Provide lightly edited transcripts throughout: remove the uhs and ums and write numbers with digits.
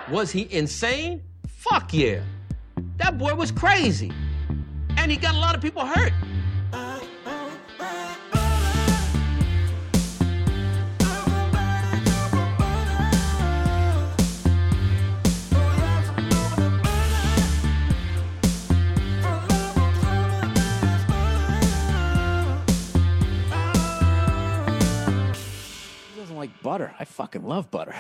Was he insane? Fuck yeah. That boy was crazy. And he got a lot of people hurt. Like butter. I fucking love butter.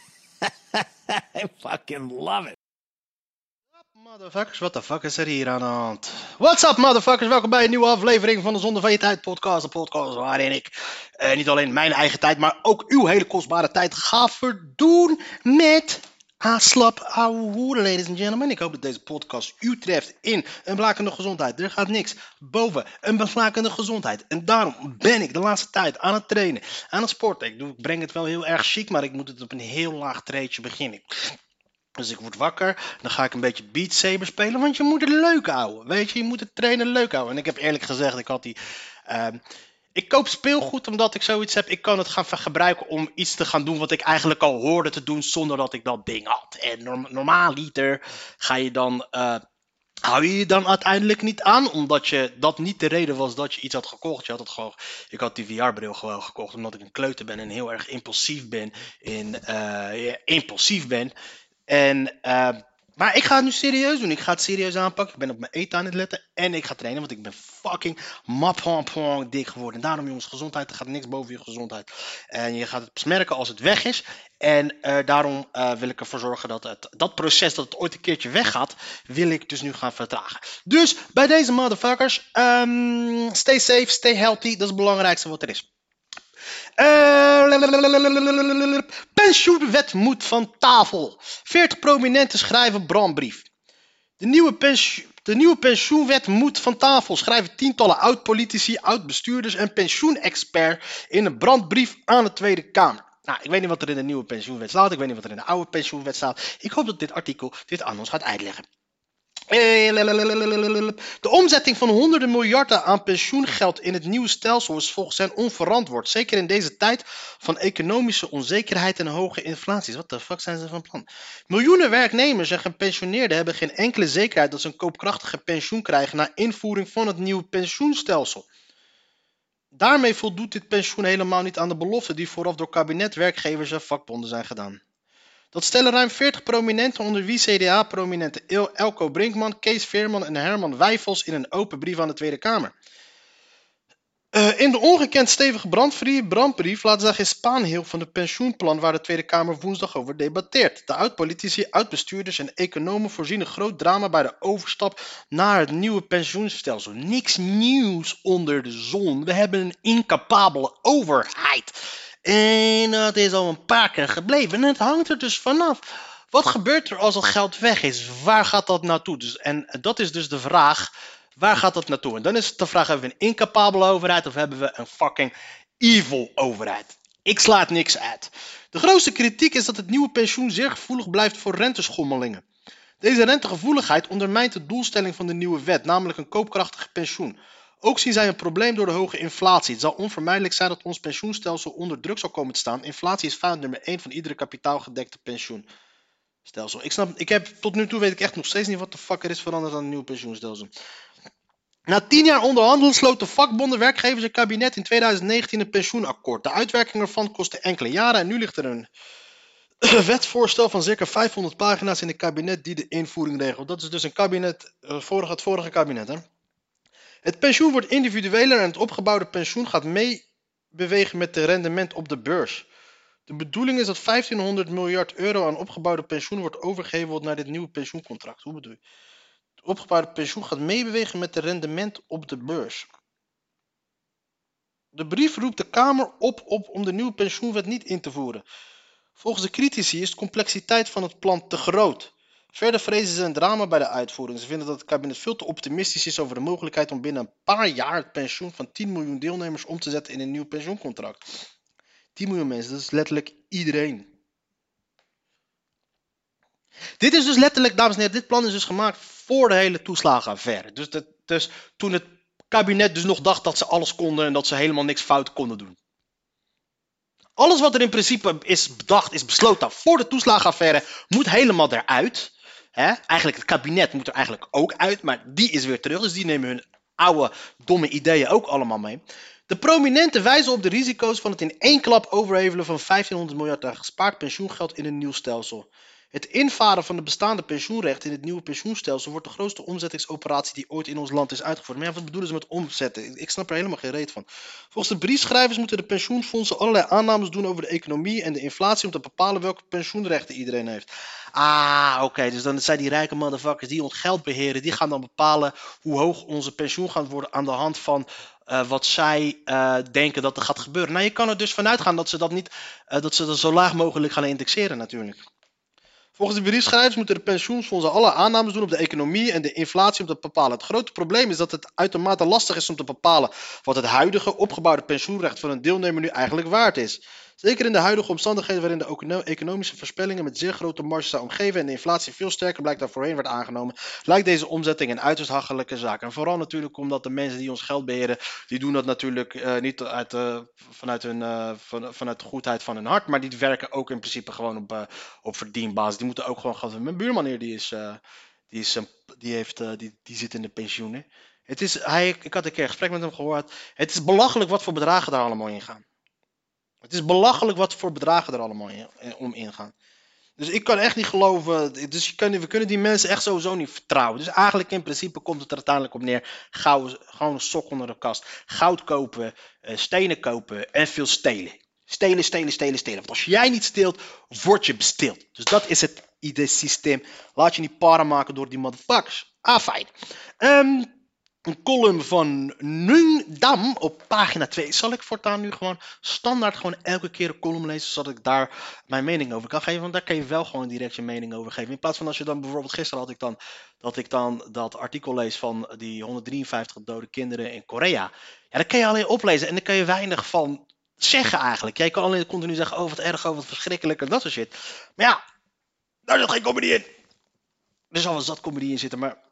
I fucking love it. Motherfuckers, what the fuck is er hier aan de hand? What's up, motherfuckers? Welkom bij een nieuwe aflevering van de Zonde van je Tijd podcast. Een podcast waarin ik niet alleen mijn eigen tijd, maar ook uw hele kostbare tijd ga verdoen met slap ouwe hoeren, ladies and gentlemen. Ik hoop dat deze podcast u treft in een blakende gezondheid. Er gaat niks boven een blakende gezondheid. En daarom ben ik de laatste tijd aan het trainen, aan het sporten. Ik breng het wel heel erg chic, maar ik moet het op een heel laag treedje beginnen. Dus ik word wakker, dan ga ik een beetje Beat Saber spelen, want je moet het leuk houden. Weet je moet het trainen leuk houden. En ik heb eerlijk gezegd, ik koop speelgoed omdat ik zoiets heb. Ik kan het gaan gebruiken om iets te gaan doen wat ik eigenlijk al hoorde te doen zonder dat ik dat ding had. En normaaliter ga je dan, hou je dan uiteindelijk niet aan, omdat dat niet de reden was dat je iets had gekocht. Ik had die VR-bril gewoon gekocht omdat ik een kleuter ben en heel erg impulsief ben. Maar ik ga het nu serieus doen. Ik ga het serieus aanpakken. Ik ben op mijn eten aan het letten. En ik ga trainen. Want ik ben fucking mappong dik geworden. En daarom, jongens, gezondheid. Er gaat niks boven je gezondheid. En je gaat het pas merken als het weg is. En daarom wil ik ervoor zorgen dat dat proces dat het ooit een keertje weggaat, wil ik dus nu gaan vertragen. Dus bij deze motherfuckers, stay safe, stay healthy. Dat is het belangrijkste wat er is. Pensioenwet moet van tafel. 40 prominenten schrijven brandbrief. De nieuwe pensioenwet moet van tafel, schrijven tientallen oud-politici, oud-bestuurders en pensioenexperts in een brandbrief aan de Tweede Kamer. Nou, ik weet niet wat er in de nieuwe pensioenwet staat. Ik weet niet wat er in de oude pensioenwet staat. Ik hoop dat dit artikel dit aan ons gaat uitleggen. De omzetting van honderden miljarden aan pensioengeld in het nieuwe stelsel is volgens hen onverantwoord. Zeker in deze tijd van economische onzekerheid en hoge inflaties. Wat de fuck zijn ze van plan? Miljoenen werknemers en gepensioneerden hebben geen enkele zekerheid dat ze een koopkrachtige pensioen krijgen na invoering van het nieuwe pensioenstelsel. Daarmee voldoet dit pensioen helemaal niet aan de beloften die vooraf door kabinet, werkgevers en vakbonden zijn gedaan. Dat stellen ruim 40 prominenten, onder wie CDA-prominenten Elko Brinkman, Kees Veerman en Herman Wijfels in een open brief aan de Tweede Kamer. In de ongekend stevige brandbrief laten zij geen spaanheel van het pensioenplan waar de Tweede Kamer woensdag over debatteert. De oud-politici, oud-bestuurders en economen voorzien een groot drama bij de overstap naar het nieuwe pensioenstelsel. Niks nieuws onder de zon. We hebben een incapabele overheid. En dat is al een paar keer gebleven. En het hangt er dus vanaf. Wat gebeurt er als het geld weg is? Waar gaat dat naartoe? En dat is dus de vraag. Waar gaat dat naartoe? En dan is het de vraag, hebben we een incapabele overheid of hebben we een fucking evil overheid? Ik sla het niks uit. De grootste kritiek is dat het nieuwe pensioen zeer gevoelig blijft voor renteschommelingen. Deze rentegevoeligheid ondermijnt de doelstelling van de nieuwe wet, namelijk een koopkrachtig pensioen. Ook zien zij een probleem door de hoge inflatie. Het zal onvermijdelijk zijn dat ons pensioenstelsel onder druk zal komen te staan. Inflatie is vijand nummer 1 van iedere kapitaalgedekte pensioenstelsel. Tot nu toe weet ik echt nog steeds niet wat de fuck er is veranderd aan het nieuwe pensioenstelsel. Na 10 jaar onderhandelen sloten vakbonden, werkgevers en kabinet in 2019 een pensioenakkoord. De uitwerking ervan kostte enkele jaren en nu ligt er een wetsvoorstel van circa 500 pagina's in het kabinet die de invoering regelt. Dat is dus een kabinet, het vorige kabinet, hè. Het pensioen wordt individueler en het opgebouwde pensioen gaat meebewegen met het rendement op de beurs. De bedoeling is dat 1500 miljard euro aan opgebouwde pensioen wordt overgeheveld naar dit nieuwe pensioencontract. Hoe bedoel je? Het opgebouwde pensioen gaat meebewegen met het rendement op de beurs. De brief roept de Kamer op om de nieuwe pensioenwet niet in te voeren. Volgens de critici is de complexiteit van het plan te groot. Verder vrezen ze een drama bij de uitvoering. Ze vinden dat het kabinet veel te optimistisch is over de mogelijkheid om binnen een paar jaar het pensioen van 10 miljoen deelnemers om te zetten in een nieuw pensioencontract. 10 miljoen mensen, dat is letterlijk iedereen. Dit is dus letterlijk, dames en heren, dit plan is dus gemaakt voor de hele toeslagenaffaire. Dus toen het kabinet dus nog dacht dat ze alles konden en dat ze helemaal niks fout konden doen. Alles wat er in principe is bedacht, is besloten voor de toeslagenaffaire, moet helemaal eruit. Eigenlijk het kabinet moet er eigenlijk ook uit, maar die is weer terug. Dus die nemen hun oude, domme ideeën ook allemaal mee. De prominenten wijzen op de risico's van het in één klap overhevelen van 1500 miljard aan gespaard pensioengeld in een nieuw stelsel. Het invaren van de bestaande pensioenrechten in het nieuwe pensioenstelsel wordt de grootste omzettingsoperatie die ooit in ons land is uitgevoerd. Maar ja, wat bedoelen ze met omzetten? Ik snap er helemaal geen reet van. Volgens de briefschrijvers moeten de pensioenfondsen allerlei aannames doen over de economie en de inflatie om te bepalen welke pensioenrechten iedereen heeft. Oké, dus dan zijn die rijke motherfuckers die ons geld beheren, die gaan dan bepalen hoe hoog onze pensioen gaat worden aan de hand van wat zij denken dat er gaat gebeuren. Nou, je kan er dus vanuit gaan dat ze dat zo laag mogelijk gaan indexeren natuurlijk. Volgens de briefschrijvers moeten de pensioenfondsen alle aannames doen op de economie en de inflatie om te bepalen. Het grote probleem is dat het uitermate lastig is om te bepalen wat het huidige opgebouwde pensioenrecht van een deelnemer nu eigenlijk waard is. Zeker in de huidige omstandigheden waarin de economische voorspellingen met zeer grote marges zijn omgeven en de inflatie veel sterker blijkt dan voorheen werd aangenomen, lijkt deze omzetting een uiterst hachelijke zaak. En vooral natuurlijk omdat de mensen die ons geld beheren, die doen dat natuurlijk niet vanuit de goedheid van hun hart, maar die werken ook in principe gewoon op verdienbasis. Die moeten ook gewoon gaan. Mijn buurman hier, die zit in de pensioenen. Ik had een keer een gesprek met hem gehoord. Het is belachelijk wat voor bedragen daar allemaal in gaan. Het is belachelijk wat voor bedragen er allemaal om ingaan. Dus ik kan echt niet geloven. Dus we kunnen die mensen echt sowieso niet vertrouwen. Dus eigenlijk in principe komt het er uiteindelijk op neer. Gewoon een sok onder de kast. Goud kopen, stenen kopen en veel stelen. Stelen. Want als jij niet steelt, word je besteeld. Dus dat is het systeem. Laat je niet para maken door die motherfuckers. Fijn. Een column van Nungdam op pagina 2. Zal ik voortaan nu gewoon standaard elke keer een column lezen, zodat ik daar mijn mening over kan geven? Want daar kan je wel gewoon direct je mening over geven. In plaats van als je dan bijvoorbeeld gisteren had ik dan dat artikel lees van die 153 dode kinderen in Korea. Ja, dat kan je alleen oplezen en daar kan je weinig van zeggen eigenlijk. Jij kan alleen continu zeggen, oh wat erg, oh wat verschrikkelijk en dat soort shit. Maar ja, daar zit geen comedy in. Er zal wel zat comedy in zitten, maar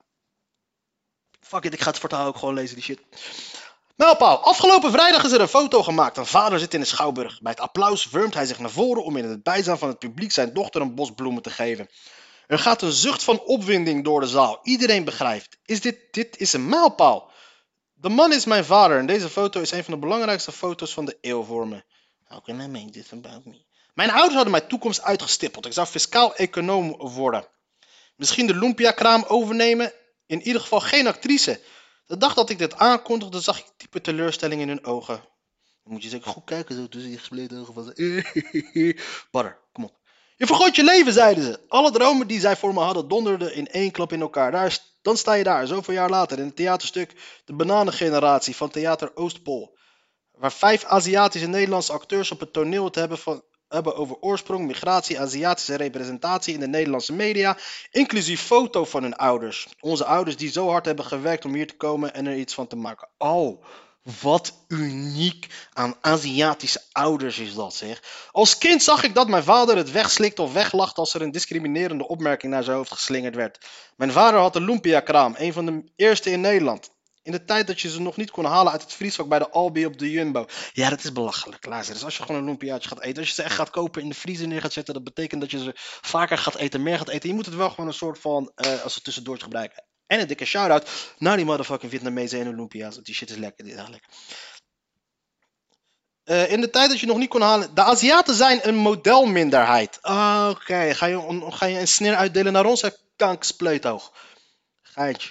fuck it, ik ga het voortaan ook gewoon lezen, die shit. Mijlpaal. Afgelopen vrijdag is er een foto gemaakt. Een vader zit in de schouwburg. Bij het applaus wurmt hij zich naar voren om in het bijzijn van het publiek zijn dochter een bos bloemen te geven. Er gaat een zucht van opwinding door de zaal. Iedereen begrijpt. Dit is een mijlpaal. De man is mijn vader en deze foto is een van de belangrijkste foto's van de eeuw voor me. How can I make this about me? Mijn ouders hadden mijn toekomst uitgestippeld. Ik zou fiscaal econoom worden. Misschien de lumpia-kraam overnemen. In ieder geval geen actrice. De dag dat ik dit aankondigde, zag ik diepe teleurstelling in hun ogen. Dan moet je zeker goed kijken, zo tussen die gespleten ogen van ze. Butter, kom op. Je vergooit je leven, zeiden ze. Alle dromen die zij voor me hadden donderden in één klap in elkaar. Dan sta je daar, zoveel jaar later, in het theaterstuk De Bananengeneratie van Theater Oostpol. Waar 5 Aziatische Nederlandse acteurs op het toneel het hebben over oorsprong, migratie, Aziatische representatie in de Nederlandse media, inclusief foto van hun ouders. Onze ouders die zo hard hebben gewerkt om hier te komen en er iets van te maken. Oh, wat uniek aan Aziatische ouders is dat, zeg. Als kind zag ik dat mijn vader het wegslikte of weglachte als er een discriminerende opmerking naar zijn hoofd geslingerd werd. Mijn vader had de lumpia-kraam, een van de eerste in Nederland. In de tijd dat je ze nog niet kon halen uit het vriesvak bij de Albi op de Jumbo. Ja, dat is belachelijk. Luister, dus als je gewoon een lumpiaatje gaat eten, als je ze echt gaat kopen in de vriezer neer gaat zetten, dat betekent dat je ze vaker gaat eten, meer gaat eten. Je moet het wel gewoon een soort van, als het tussendoortje gebruiken. En een dikke shout-out naar die motherfucking Vietnamezen en hun lumpia's. Die shit is lekker, dit is lekker. In de tijd dat je nog niet kon halen. De Aziaten zijn een modelminderheid. Oké, ga je een sneer uitdelen naar ons, kankerspleetoog? Geintje.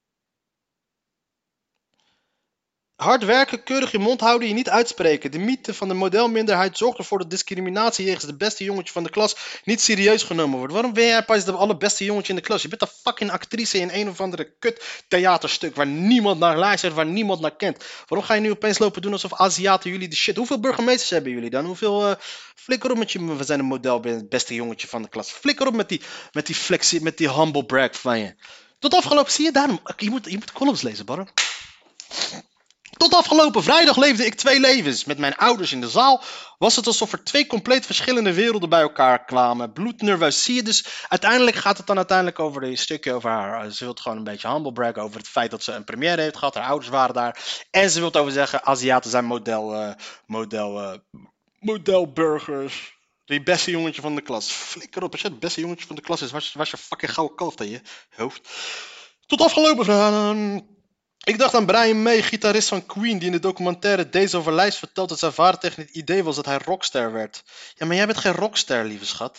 Hard werken, keurig je mond houden, je niet uitspreken. De mythe van de modelminderheid zorgt ervoor dat discriminatie jegens de beste jongetje van de klas niet serieus genomen wordt. Waarom ben jij pas de allerbeste jongetje in de klas? Je bent een fucking actrice in een of andere kut theaterstuk waar niemand naar luistert, waar niemand naar kent. Waarom ga je nu opeens lopen doen alsof Aziaten jullie de shit? Hoeveel burgemeesters hebben jullie dan? Flikker op met je, we zijn een model, ben het beste jongetje van de klas. Flikker op met die flexie, met die humble brag van je. Tot afgelopen, zie je daarom, je moet columns lezen, Barre. Tot afgelopen vrijdag leefde ik 2 levens. Met mijn ouders in de zaal was het alsof er 2 compleet verschillende werelden bij elkaar kwamen. Bloednerveus. Zie je dus, uiteindelijk gaat het dan over een stukje over haar. Ze wil gewoon een beetje humble brag over het feit dat ze een première heeft gehad. Haar ouders waren daar. En ze wil over zeggen, Aziaten zijn Modelburgers. Die beste jongetje van de klas. Flikker op, als je het beste jongetje van de klas is, was je fucking gouden kalf aan je hoofd. Tot afgelopen vragen. Ik dacht aan Brian May, gitarist van Queen, die in de documentaire Days of Our Lives vertelt dat zijn vader tegen het idee was dat hij rockster werd. Ja, maar jij bent geen rockster, lieve schat.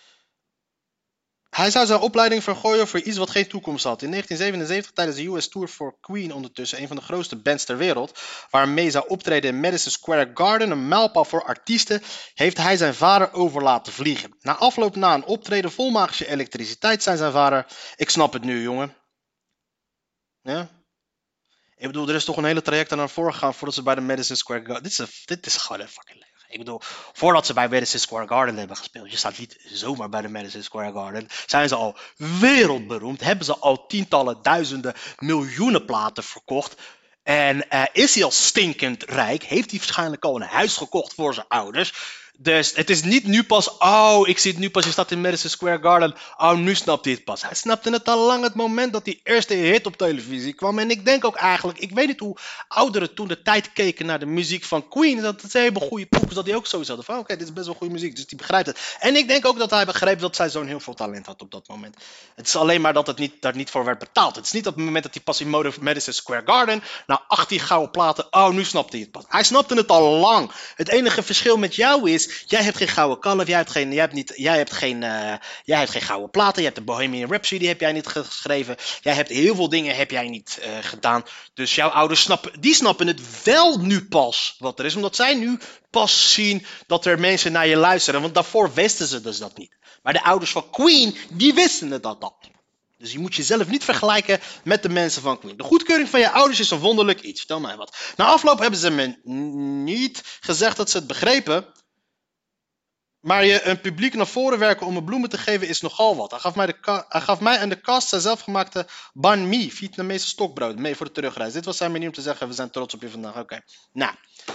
Hij zou zijn opleiding vergooien voor iets wat geen toekomst had. In 1977 tijdens de US Tour voor Queen ondertussen, een van de grootste bands ter wereld, waarmee zou optreden in Madison Square Garden, een mijlpaal voor artiesten, heeft hij zijn vader over laten vliegen. Na afloop na een optreden vol magische elektriciteit zei zijn vader: ik snap het nu, jongen. Ja? Ik bedoel, er is toch een hele traject aan voor gegaan voordat ze bij de Madison Square Garden... Dit is gewoon een fucking leeg. Ik bedoel, voordat ze bij Madison Square Garden hebben gespeeld, je staat niet zomaar bij de Madison Square Garden, zijn ze al wereldberoemd, hebben ze al tientallen, duizenden, miljoenen platen verkocht. En is hij al stinkend rijk, heeft hij waarschijnlijk al een huis gekocht voor zijn ouders. Dus het is niet nu pas, oh, ik zie het nu pas, je staat in Madison Square Garden, oh, nu snapt hij het pas. Hij snapte het al lang, het moment dat die eerste hit op televisie kwam. En ik denk ook eigenlijk, ik weet niet hoe ouderen toen de tijd keken naar de muziek van Queen, dat ze hebben goede poepers, dat die ook zo hadden van, oké, dit is best wel goede muziek, dus die begrijpt het. En ik denk ook dat hij begreep dat zijn zoon heel veel talent had op dat moment. Het is alleen maar dat het daar niet voor werd betaald. Het is niet op het moment dat hij pas in Madison Square Garden, na 18 gouden platen, oh, nu snapt hij het pas. Hij snapte het al lang. Het enige verschil met jou is, jij hebt geen gouden kalf, jij hebt geen gouden platen, je hebt de Bohemian Rhapsody heb jij niet geschreven, jij hebt heel veel dingen heb jij niet gedaan. Dus jouw ouders snappen het wel nu pas wat er is, omdat zij nu pas zien dat er mensen naar je luisteren, want daarvoor wisten ze dus dat niet. Maar de ouders van Queen, die wisten het dat. Dus je moet jezelf niet vergelijken met de mensen van Queen. De goedkeuring van je ouders is een wonderlijk iets. Vertel mij wat. Na afloop hebben ze me niet gezegd dat ze het begrepen. Maar je een publiek naar voren werken om me bloemen te geven is nogal wat. Hij gaf mij en de cast zijn zelfgemaakte banh mi, Vietnamese stokbrood, mee voor de terugreis. Dit was zijn manier om te zeggen, we zijn trots op je vandaag. Oké. Nou.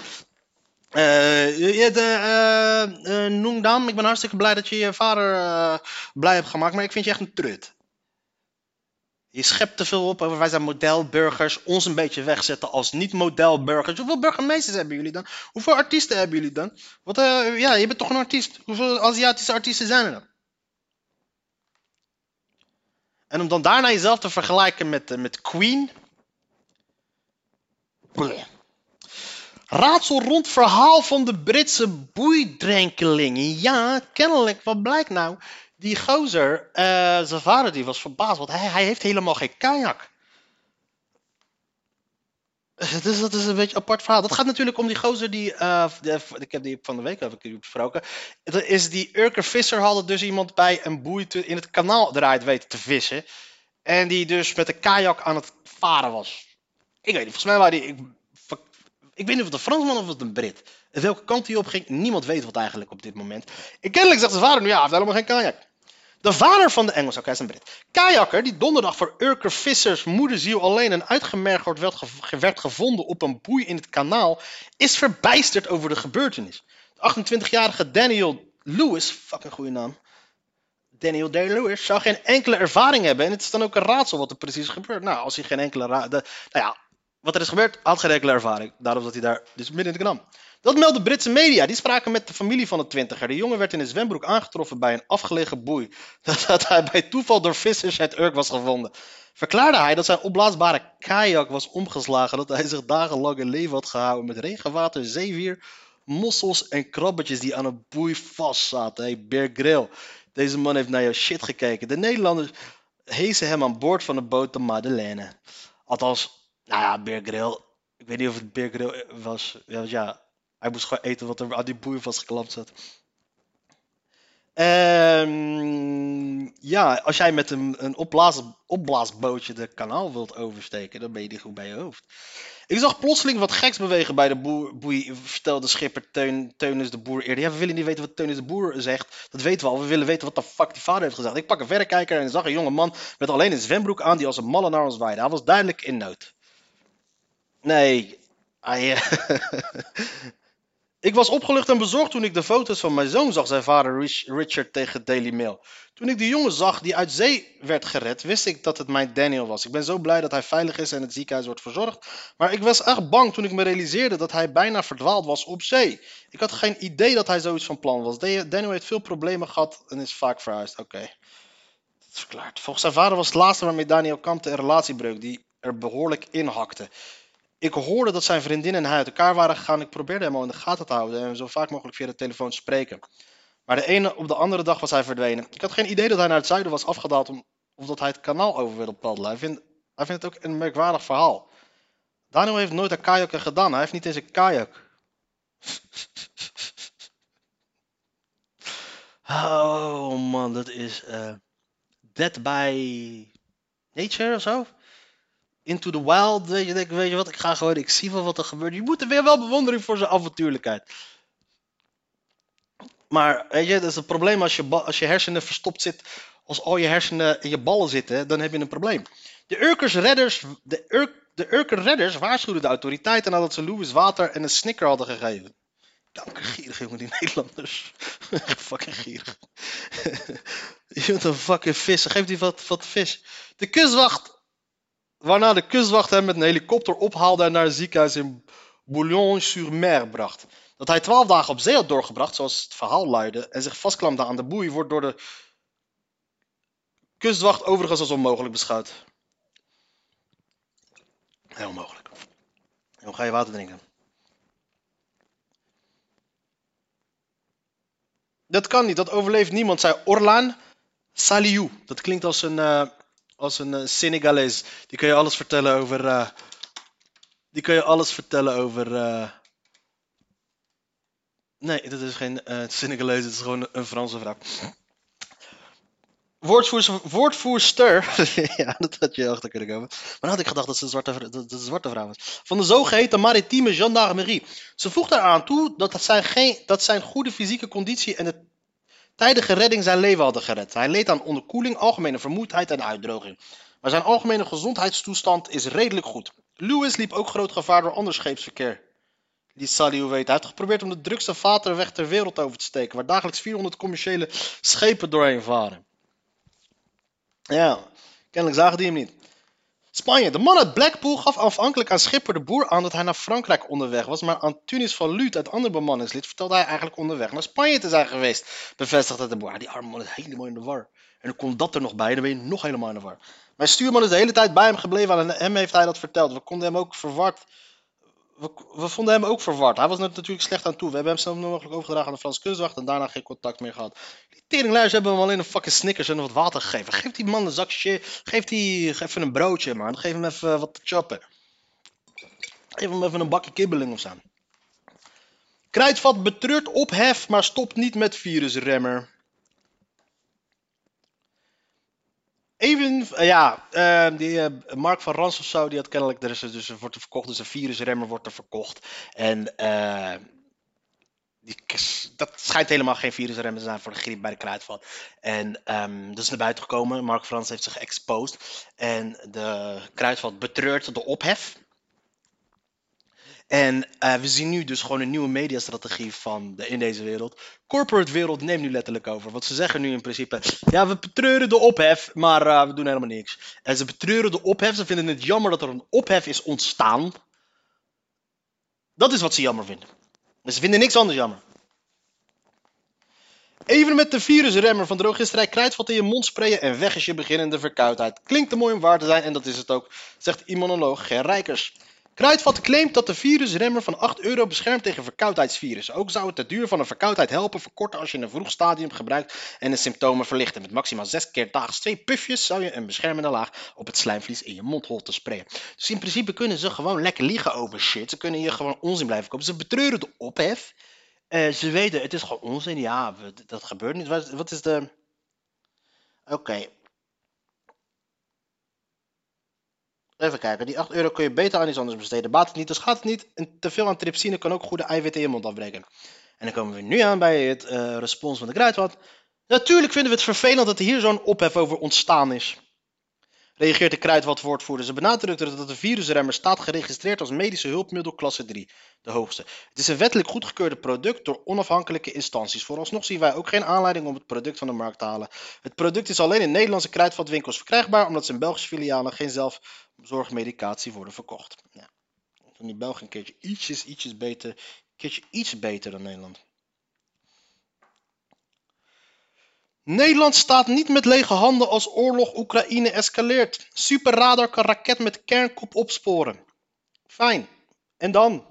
Nung Dam, ik ben hartstikke blij dat je je vader blij hebt gemaakt, maar ik vind je echt een trut. Je schept te veel op over wij zijn modelburgers, ons een beetje wegzetten als niet-modelburgers. Hoeveel burgemeesters hebben jullie dan? Hoeveel artiesten hebben jullie dan? Ja, je bent toch een artiest. Hoeveel Aziatische artiesten zijn er dan? En om dan daarna jezelf te vergelijken met Queen. Raadsel rond verhaal van de Britse boeidrenkelingen. Ja, kennelijk, wat blijkt nou? Die gozer, zijn vader die was verbaasd, want hij heeft helemaal geen kajak. Dus dat is een beetje een apart verhaal. Dat gaat natuurlijk om die gozer die, ik heb die van de week besproken. Dat is die Urker Visser hadden dus iemand bij een boei in het kanaal eruit weten te vissen. En die dus met een kajak aan het varen was. Ik weet niet, volgens mij waren die... Ik weet niet of het een Fransman of het een Brit. En welke kant hij op ging, niemand weet wat eigenlijk op dit moment. En kennelijk zegt zijn vader nu, ja, hij heeft helemaal geen kajak. De vader van de Engels, oké, hij is een Brit. Kajakker, die donderdag voor Urker Vissers moederziel alleen en uitgemergeld werd gevonden op een boei in het kanaal, is verbijsterd over de gebeurtenis. De 28-jarige Daniel Lewis, fucking goede naam, Daniel Day-Lewis, zou geen enkele ervaring hebben. En het is dan ook een raadsel wat er precies gebeurt. Nou, als hij geen enkele wat er is gebeurd, had geen enkele ervaring. Daarom zat hij daar dus midden in het kanaal. Dat meldde Britse media. Die spraken met de familie van de twintiger. De jongen werd in een zwembroek aangetroffen bij een afgelegen boei. Dat hij bij toeval door vissers uit Urk was gevonden. Verklaarde hij dat zijn opblaasbare kajak was omgeslagen. Dat hij zich dagenlang in leven had gehouden met regenwater, zeewier, mossels en krabbetjes die aan een boei vastzaten. Hey, Bear Grylls. Deze man heeft naar jouw shit gekeken. De Nederlanders hezen hem aan boord van de boot de Madeleine. Althans... Nou ja, Bear Grylls. Ik weet niet of het Bear Grylls was. Ja, hij moest gewoon eten wat er aan die boei vastgeklapt zat. Ja, als jij met een opblaasbootje de kanaal wilt oversteken, dan ben je niet goed bij je hoofd. Ik zag plotseling wat geks bewegen bij de boei, vertelde schipper Teunis de Boer eerder. Ja, we willen niet weten wat Teunis de Boer zegt. Dat weten we al. We willen weten wat de fuck die vader heeft gezegd. Ik pak een verrekijker en zag een jonge man met alleen een zwembroek aan die als een malle naar ons waaide. Hij was duidelijk in nood. Nee, Ik was opgelucht en bezorgd toen ik de foto's van mijn zoon zag, zei vader Richard tegen Daily Mail. Toen ik de jongen zag die uit zee werd gered, wist ik dat het mijn Daniel was. Ik ben zo blij dat hij veilig is en het ziekenhuis wordt verzorgd. Maar ik was echt bang toen ik me realiseerde dat hij bijna verdwaald was op zee. Ik had geen idee dat hij zoiets van plan was. Daniel heeft veel problemen gehad en is vaak verhuisd. Oké, dat is verklaard. Volgens zijn vader was het laatste waarmee Daniel kampte een relatiebreuk die er behoorlijk in hakte. Ik hoorde dat zijn vriendin en hij uit elkaar waren gegaan. Ik probeerde hem al in de gaten te houden en zo vaak mogelijk via de telefoon te spreken. Maar de ene op de andere dag was hij verdwenen. Ik had geen idee dat hij naar het zuiden was afgedaald of dat hij het kanaal over wilde paddelen. Hij vindt het ook een merkwaardig verhaal. Daniel heeft nooit aan kajakken gedaan. Hij heeft niet eens een kajak. Oh man, dat is Dead by Nature of zo. Into the Wild, weet je wat, ik zie wel wat er gebeurt. Je moet er weer wel bewondering voor zijn avontuurlijkheid. Maar weet je, dat is het probleem als je hersenen verstopt zit, als al je hersenen in je ballen zitten, dan heb je een probleem. De Urker redders waarschuwden de autoriteiten nadat ze Louis water en een snicker hadden gegeven. Kankergierig, jongen, die Nederlanders. Fucking gierig. Je bent een fucking vis. Geef die wat vis. De kustwacht. Waarna de kustwacht hem met een helikopter ophaalde en naar een ziekenhuis in Boulogne-sur-Mer bracht. Dat hij 12 dagen op zee had doorgebracht, zoals het verhaal luidde, en zich vastklampte aan de boei, wordt door de kustwacht overigens als onmogelijk beschouwd. Heel onmogelijk. En hoe ga je water drinken? Dat kan niet, dat overleeft niemand, zei Orlan Saliou. Dat klinkt als een Senegalees. Die kun je alles vertellen over... Nee, dat is geen Senegalees, het is gewoon een Franse vrouw. Woordvoerster. Ja, dat had je achter kunnen komen. Maar dan had ik gedacht dat ze een zwarte vrouw was. Van de zogeheten maritieme gendarmerie. Ze voegt eraan toe dat zijn goede fysieke conditie en de tijdige redding zijn leven hadden gered. Hij leed aan onderkoeling, algemene vermoeidheid en uitdroging. Maar zijn algemene gezondheidstoestand is redelijk goed. Louis liep ook groot gevaar door ander scheepsverkeer. Die Saliou weet. Hij heeft geprobeerd om de drukste vaterweg ter wereld over te steken, waar dagelijks 400 commerciële schepen doorheen varen. Ja, kennelijk zagen die hem niet. Spanje. De man uit Blackpool gaf afhankelijk aan schipper de Boer aan dat hij naar Frankrijk onderweg was, maar aan Tunis van Luut, het andere bemanningslid, vertelde hij eigenlijk onderweg naar Spanje te zijn geweest, bevestigde de Boer. Ja, die arme man is helemaal in de war. En dan komt dat er nog bij, dan ben je nog helemaal in de war. Mijn stuurman is de hele tijd bij hem gebleven en hem heeft hij dat verteld. We vonden hem ook verward. Hij was er natuurlijk slecht aan toe. We hebben hem snel mogelijk overgedragen aan de Franse kustwacht en daarna geen contact meer gehad. Die teringluiers hebben hem alleen een fucking Snickers en wat water gegeven. Geef die man een zak shit. Geef even een broodje, man. Geef hem even wat te choppen. Geef hem even een bakje kibbeling of zo. Kruidvat betreurt ophef, maar stopt niet met virusremmer. Even, Mark van Rans of zo, die had kennelijk, wordt er verkocht, dus een virusremmer wordt er verkocht. En dat schijnt helemaal geen virusremmer te zijn voor de griep bij de kruidvat. En dat is naar buiten gekomen. Mark Frans heeft zich geëxposed. En de kruidvat betreurt de ophef. En we zien nu dus gewoon een nieuwe mediastrategie in deze wereld. Corporate wereld neemt nu letterlijk over. Want ze zeggen nu in principe, ja, we betreuren de ophef, maar we doen helemaal niks. En ze betreuren de ophef, ze vinden het jammer dat er een ophef is ontstaan. Dat is wat ze jammer vinden. Dus ze vinden niks anders jammer. Even met de virusremmer van drogisterij kruidvat in je mond sprayen en weg is je beginnende verkoudheid. Klinkt te mooi om waar te zijn en dat is het ook, zegt immunoloog Ger Rijkers. Kruidvat claimt dat de virusremmer van €8 beschermt tegen verkoudheidsvirussen. Ook zou het de duur van een verkoudheid helpen verkorten als je in een vroeg stadium gebruikt en de symptomen verlichten. Met maximaal 6 keer daags 2 pufjes zou je een beschermende laag op het slijmvlies in je mondholte sprayen. Dus in principe kunnen ze gewoon lekker liegen over shit. Ze kunnen je gewoon onzin blijven kopen. Ze betreuren de ophef. Ze weten, het is gewoon onzin. Ja, dat gebeurt niet. Wat is de... Oké. Even kijken, die €8 kun je beter aan iets anders besteden. Baat het niet, dus gaat het niet. En te veel aan trypsine kan ook goede eiwitten in je mond afbreken. En dan komen we nu aan bij het respons van de kruidvat. Natuurlijk vinden we het vervelend dat er hier zo'n ophef over ontstaan is. reageert de Kruidvat-woordvoerder. Ze benadrukte dat de virusremmer staat geregistreerd als medische hulpmiddel klasse 3, de hoogste. Het is een wettelijk goedgekeurde product door onafhankelijke instanties. Vooralsnog zien wij ook geen aanleiding om het product van de markt te halen. Het product is alleen in Nederlandse Kruidvatwinkels verkrijgbaar, omdat zijn Belgische filialen geen zelfzorgmedicatie worden verkocht. Ja. Van die Belgen een keertje iets beter dan Nederland. Nederland staat niet met lege handen als oorlog Oekraïne escaleert. Superradar kan raket met kernkop opsporen. Fijn. En dan?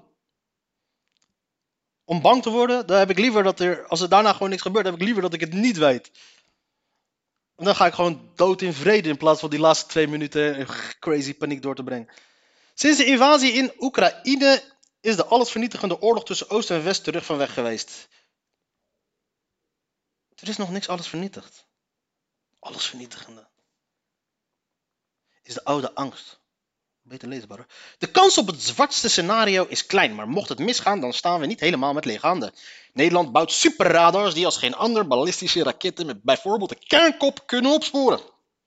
Om bang te worden, dan heb ik liever dat als er daarna gewoon niks gebeurt, heb ik liever dat ik het niet weet. En dan ga ik gewoon dood in vrede in plaats van die laatste 2 minuten crazy paniek door te brengen. Sinds de invasie in Oekraïne is de allesvernietigende oorlog tussen Oost en West terug van weg geweest. Er is nog niks alles vernietigd. Allesvernietigende is de oude angst. Beter leesbaar hoor. De kans op het zwartste scenario is klein, maar mocht het misgaan, dan staan we niet helemaal met lege handen. Nederland bouwt superradars die als geen ander ballistische raketten met bijvoorbeeld een kernkop kunnen opsporen.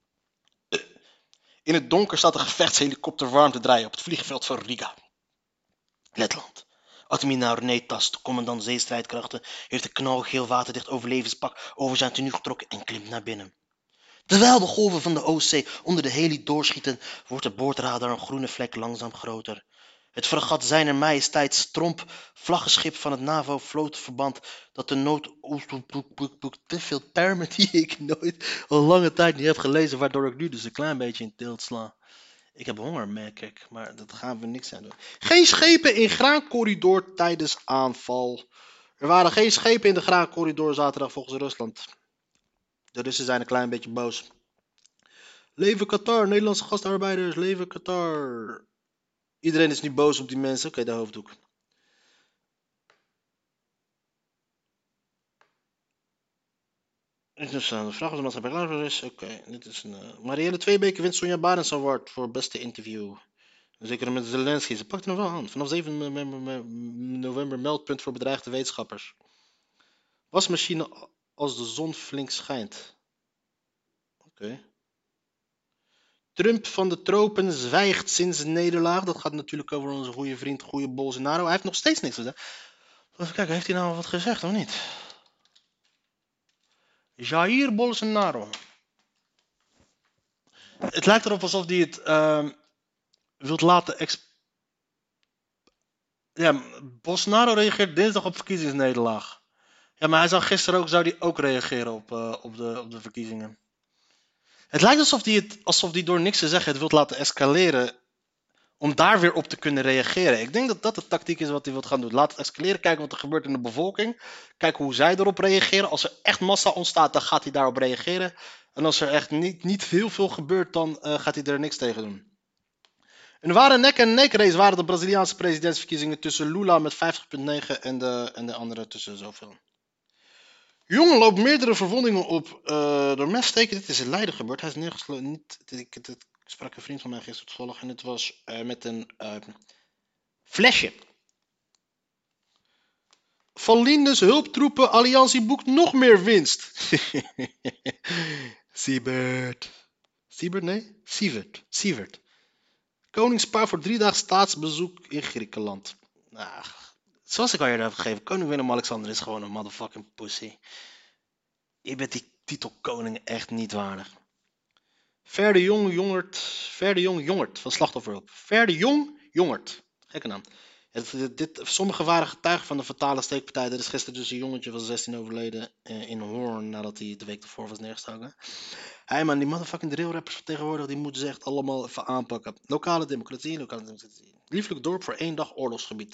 In het donker staat een gevechtshelikopter warm te draaien op het vliegveld van Riga, Letland. Admiraal René Tast, commandant zeestrijdkrachten, heeft een knalgeel waterdicht overlevingspak over zijn tenue getrokken en klimt naar binnen. Terwijl de golven van de Oostzee onder de heli doorschieten, wordt de boordradar een groene vlek langzaam groter. Het fregat Zijner Majesteit Stromp, vlaggenschip van het NAVO-vlootverband, dat de te veel termen die ik nooit al lange tijd niet heb gelezen, waardoor ik nu dus een klein beetje in tilt sla. Ik heb honger, merk ik, maar dat gaan we niks aan doen. Geen schepen in graancorridor tijdens aanval. Er waren geen schepen in de graancorridor zaterdag volgens Rusland. De Russen zijn een klein beetje boos. Leven Qatar, Nederlandse gastarbeiders, leven Qatar. Iedereen is nu boos op die mensen. Oké, de hoofddoek. Interessant. De vraag of de maatschappij klaar voor is. Oké, dit is een... Marielle Tweebeke wint Sonja Barends Award voor beste interview. Zeker met Zelensky. Ze pakt hem wel aan. Vanaf 7 november meldpunt voor bedreigde wetenschappers. Wasmachine als de zon flink schijnt. Oké. Trump van de tropen zwijgt sinds een nederlaag. Dat gaat natuurlijk over onze goede vriend, goede Bolsonaro. Hij heeft nog steeds niks gezegd. Even kijken, heeft hij nou wat gezegd of niet? Jair Bolsonaro. Het lijkt erop alsof hij het wilt laten Ja, Bolsonaro reageert dinsdag op verkiezingsnederlaag. Ja, maar hij zou die ook reageren op de verkiezingen. Het lijkt alsof hij door niks te zeggen het wilt laten escaleren. Om daar weer op te kunnen reageren. Ik denk dat dat de tactiek is wat hij wil gaan doen. Laat het escaleren, kijken wat er gebeurt in de bevolking. Kijken hoe zij erop reageren. Als er echt massa ontstaat, dan gaat hij daarop reageren. En als er echt niet heel veel gebeurt, dan gaat hij er niks tegen doen. Een ware nek-en-nek race waren de Braziliaanse presidentsverkiezingen tussen Lula met 50,9 en de andere tussen zoveel. Jongen loopt meerdere verwondingen op door messteken. Dit is in Leiden gebeurd. Hij is neergesloten. Ik sprak een vriend van mij gisteren toevallig en het was met een flesje. Van Lindes hulptroepen alliantie boekt nog meer winst. Siebert. Siebert, nee? Sievert. Koningspaar voor 3-daags staatsbezoek in Griekenland. Nou, zoals ik al eerder heb gegeven, koning Willem-Alexander is gewoon een motherfucking pussy. Je bent die titel koning echt niet waardig. Ver de Jongert van Slachtofferhulp. Ver de Jongert. Gekke naam. Sommigen waren getuigen van de fatale steekpartij. Er is gisteren dus een jongetje van 16 overleden in Hoorn nadat hij de week ervoor was neergestoken. Hey man, die motherfucking drillrappers van tegenwoordig, die moeten ze echt allemaal even aanpakken. Lokale democratie. Lieflijk dorp voor 1 dag oorlogsgebied.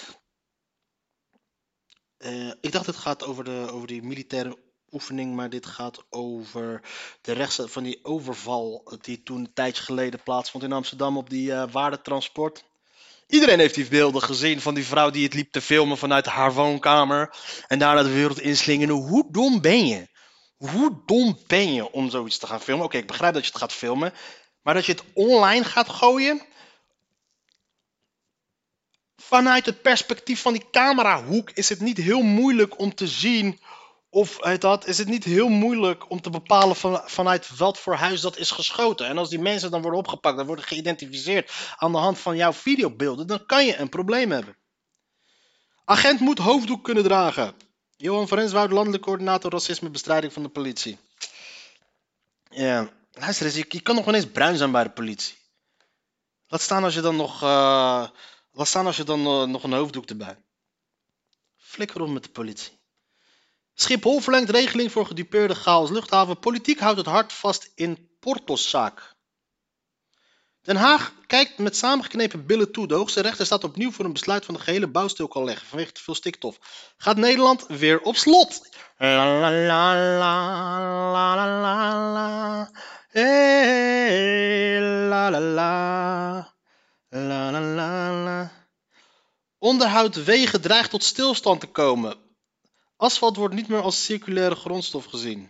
Ik dacht het gaat over die militaire oefening, maar dit gaat over de rechtszaak van die overval die toen een tijdje geleden plaatsvond in Amsterdam op die waardetransport. Iedereen heeft die beelden gezien van die vrouw die het liep te filmen vanuit haar woonkamer en daarna de wereld inslingeren. Hoe dom ben je? Hoe dom ben je om zoiets te gaan filmen? Oké, ik begrijp dat je het gaat filmen, maar dat je het online gaat gooien vanuit het perspectief van die camerahoek is het niet heel moeilijk om te zien Of is het niet heel moeilijk om te bepalen vanuit wat voor huis dat is geschoten? En als die mensen dan worden opgepakt, dan worden geïdentificeerd aan de hand van jouw videobeelden, dan kan je een probleem hebben. Agent moet hoofddoek kunnen dragen. Johan van Renswoud, landelijk coördinator racismebestrijding van de politie. Ja, luister eens, je kan nog ineens bruin zijn bij de politie. Laat staan als je dan nog een hoofddoek erbij. Flikker op met de politie. Schiphol verlengt regeling voor gedupeerde chaos luchthaven. Politiek houdt het hart vast in Portoszaak. Den Haag kijkt met samengeknepen billen toe. De hoogste rechter staat opnieuw voor een besluit van de gehele bouw stil kan leggen vanwege te veel stikstof. Gaat Nederland weer op slot? La la la la la la la. Hey, la la la la la la la. Onderhoud wegen dreigt tot stilstand te komen. Asfalt wordt niet meer als circulaire grondstof gezien.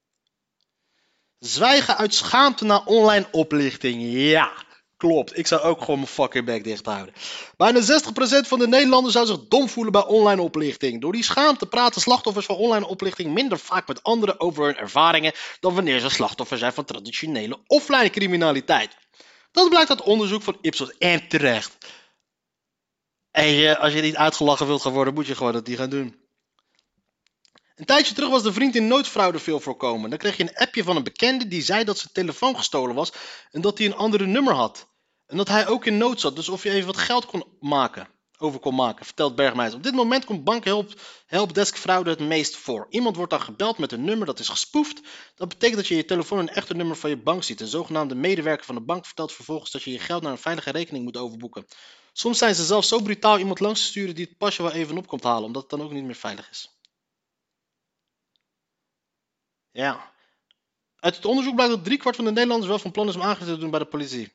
Zwijgen uit schaamte na online oplichting. Ja, klopt. Ik zou ook gewoon mijn fucking bek dicht houden. Bijna 60% van de Nederlanders zou zich dom voelen bij online oplichting. Door die schaamte praten slachtoffers van online oplichting minder vaak met anderen over hun ervaringen dan wanneer ze slachtoffer zijn van traditionele offline criminaliteit. Dat blijkt uit onderzoek van Ipsos en terecht. En als je niet uitgelachen wilt gaan worden, moet je gewoon dat die gaan doen. Een tijdje terug was de vriend in noodfraude veel voorkomen. Dan kreeg je een appje van een bekende die zei dat zijn telefoon gestolen was en dat hij een andere nummer had. En dat hij ook in nood zat, dus of je even wat geld over kon maken, vertelt Bergmeijer. Op dit moment komt bankhelpdesk fraude het meest voor. Iemand wordt dan gebeld met een nummer dat is gespoefd. Dat betekent dat je je telefoon een echte nummer van je bank ziet. Een zogenaamde medewerker van de bank vertelt vervolgens dat je je geld naar een veilige rekening moet overboeken. Soms zijn ze zelfs zo brutaal iemand langs te sturen die het pasje wel even op komt halen, omdat het dan ook niet meer veilig is. Ja. Uit het onderzoek blijkt dat 3/4 van de Nederlanders wel van plan is om aangifte te doen bij de politie.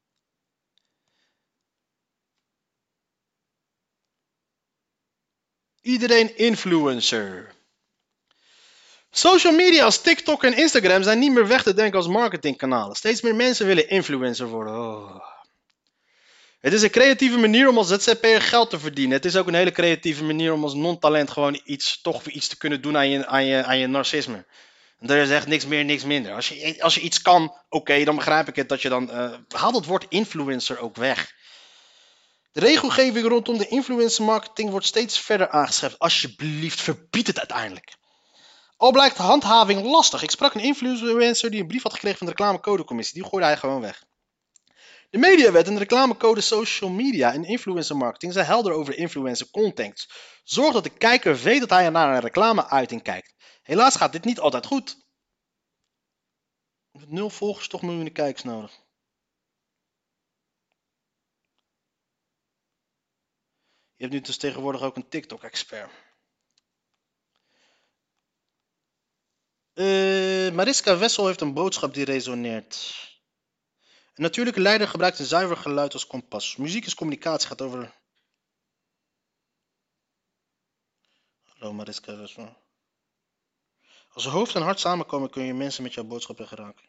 Iedereen influencer. Social media als TikTok en Instagram zijn niet meer weg te denken als marketingkanalen. Steeds meer mensen willen influencer worden. Oh. Het is een creatieve manier om als ZZP'er geld te verdienen. Het is ook een hele creatieve manier om als non-talent gewoon iets te kunnen doen aan je narcisme. En er is echt niks meer, niks minder. Als je iets kan, oké, dan begrijp ik het dat je dan... haal dat woord influencer ook weg. De regelgeving rondom de influencer marketing wordt steeds verder aangescherpt. Alsjeblieft, verbied het uiteindelijk. Al blijkt handhaving lastig. Ik sprak een influencer die een brief had gekregen van de reclamecodecommissie. Die gooide hij gewoon weg. De mediawet en de reclamecode social media en influencer marketing zijn helder over influencer content. Zorg dat de kijker weet dat hij naar een reclameuiting kijkt. Helaas gaat dit niet altijd goed. Met 0 volgers toch miljoenen kijkers nodig. Je hebt nu dus tegenwoordig ook een TikTok-expert. Mariska Wessel heeft een boodschap die resoneert. Een natuurlijke leider gebruikt een zuiver geluid als kompas. Muziek is communicatie, gaat over... Hallo Mariska Wessel. Als hoofd en hart samenkomen kun je mensen met jouw boodschap geraken.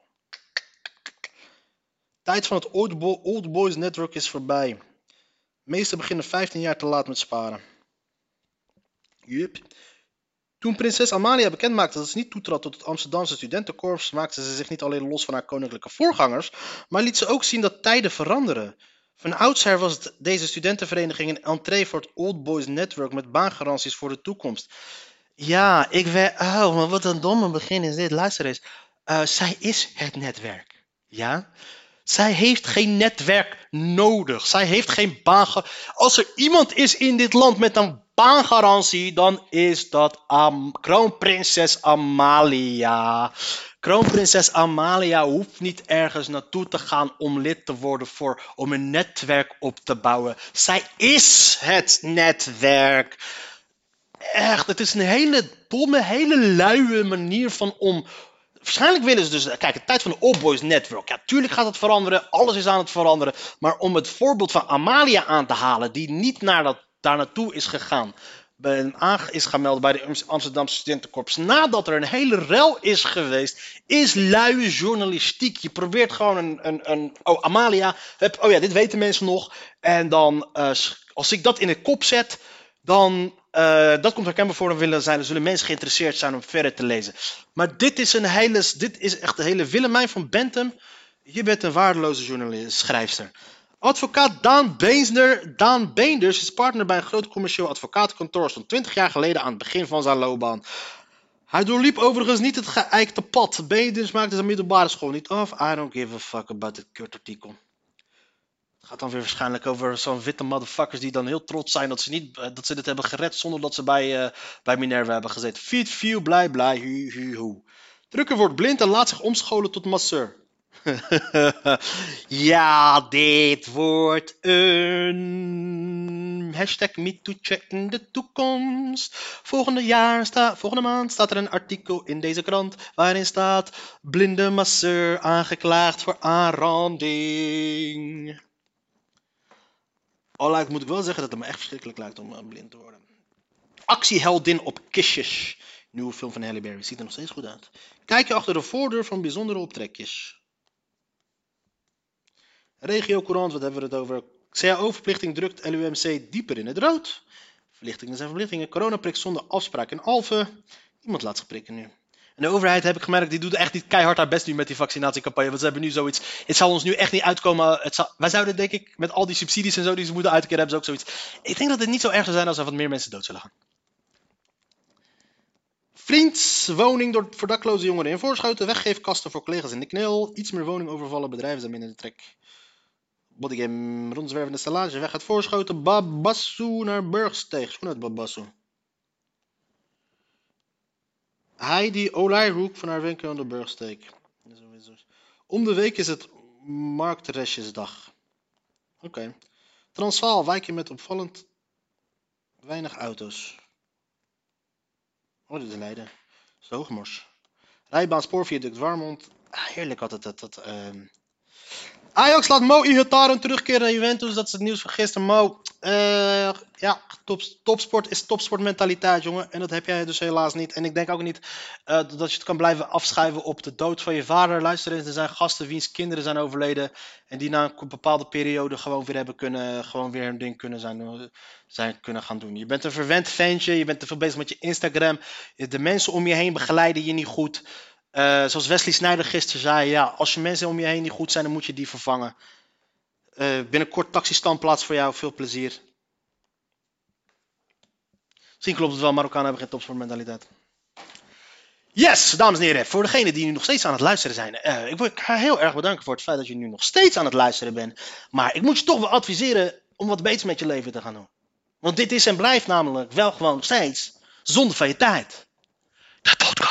Tijd van het Old Boys Network is voorbij. De meesten beginnen 15 jaar te laat met sparen. Yup. Toen prinses Amalia bekendmaakte dat ze niet toetrad tot het Amsterdamse studentenkorps, maakte ze zich niet alleen los van haar koninklijke voorgangers, maar liet ze ook zien dat tijden veranderen. Van oudsher was deze studentenvereniging een entree voor het Old Boys Network met baangaranties voor de toekomst. Ja, ik weet... Oh, maar wat een domme begin is dit. Luister eens. Zij is het netwerk. Ja? Zij heeft geen netwerk nodig. Zij heeft geen Als er iemand is in dit land met een baangarantie, dan is dat kroonprinses Amalia. Kroonprinses Amalia hoeft niet ergens naartoe te gaan om lid te worden om een netwerk op te bouwen. Zij is het netwerk. Echt, het is een hele domme, hele luie manier om... Waarschijnlijk willen ze dus... Kijk, de tijd van de Old Boys Network. Ja, tuurlijk gaat het veranderen. Alles is aan het veranderen. Maar om het voorbeeld van Amalia aan te halen, die niet daar naartoe is gegaan, is gaan melden bij de Amsterdamse Studentenkorps, nadat er een hele rel is geweest, is luie journalistiek. Je probeert gewoon oh, Amalia, oh ja, dit weten mensen nog. En dan, als ik dat in de kop zet, dan Dat komt herkenbaar voor en zullen mensen geïnteresseerd zijn om verder te lezen. Maar dit is echt de hele Willemijn van Bentham. Je bent een waardeloze schrijfster. Advocaat Daan Beenders is partner bij een groot commercieel advocatenkantoor. Stond 20 jaar geleden aan het begin van zijn loopbaan. Hij doorliep overigens niet het geëikte pad. Beenders maakte zijn middelbare school niet af. I don't give a fuck about dit kurtartikel. Het gaat dan weer waarschijnlijk over zo'n witte motherfuckers die dan heel trots zijn dat ze dit hebben gered zonder dat ze bij Minerva hebben gezeten. Feed, view, blij, hu. Drukker wordt blind en laat zich omscholen tot masseur. Ja, dit wordt een hashtag MeToo'tje in de toekomst. Volgende maand staat er een artikel in deze krant waarin staat blinde masseur aangeklaagd voor aanranding. Al moet ik wel zeggen dat het me echt verschrikkelijk lijkt om blind te worden. Actieheldin op kistjes. Nieuwe film van Halle Berry. Ziet er nog steeds goed uit. Kijk je achter de voordeur van bijzondere optrekjes. Regio Courant, wat hebben we het over? CAO-verplichting drukt LUMC dieper in het rood. Verlichtingen zijn verplichtingen. Coronaprik zonder afspraak in Alphen. Niemand laat zich prikken nu. En de overheid, heb ik gemerkt, die doet echt niet keihard haar best nu met die vaccinatiecampagne. Want ze hebben nu zoiets. Het zal ons nu echt niet uitkomen. Wij zouden, denk ik, met al die subsidies en zo die ze moeten uitkeren, hebben ze ook zoiets. Ik denk dat het niet zo erg zou zijn als er wat meer mensen dood zullen gaan. Vriendswoning voor dakloze jongeren in Voorschoten. Weggeefkasten voor collega's in de knel. Iets meer woningovervallen. Bedrijven zijn minder de trek. Bodygame, rondzwervende stellage. Weg uit Voorschoten. Babassou naar Burgsteeg. Schoen uit Babassou. Heidi Olijhoek van haar winkel aan de Burgsteek. Om de week is het marktrestjesdag. Oké. Transvaal, wijken met opvallend weinig auto's. Oh, dit is Leiden. Zoogmors. Rijbaan, spoorviaduct, Warmond. Heerlijk altijd dat. Ajax laat Mo Ihataren terugkeren naar Juventus. Dat is het nieuws van gisteren. Mo, topsport is topsportmentaliteit, jongen. En dat heb jij dus helaas niet. En ik denk ook niet dat je het kan blijven afschuiven op de dood van je vader. Luister eens, er zijn gasten wiens kinderen zijn overleden. En die na een bepaalde periode gewoon weer hun ding kunnen gaan doen. Je bent een verwend ventje. Je bent te veel bezig met je Instagram. De mensen om je heen begeleiden je niet goed. Zoals Wesley Sneijder gisteren zei, ja, als je mensen om je heen niet goed zijn, dan moet je die vervangen. Binnenkort taxistandplaats voor jou, veel plezier. Misschien klopt het wel, Marokkanen hebben geen topsportmentaliteit. Yes, dames en heren, voor degenen die nu nog steeds aan het luisteren zijn. Ik ga heel erg bedanken voor het feit dat je nu nog steeds aan het luisteren bent. Maar ik moet je toch wel adviseren om wat beters met je leven te gaan doen. Want dit is en blijft namelijk wel gewoon nog steeds zonde van je tijd. De podcast.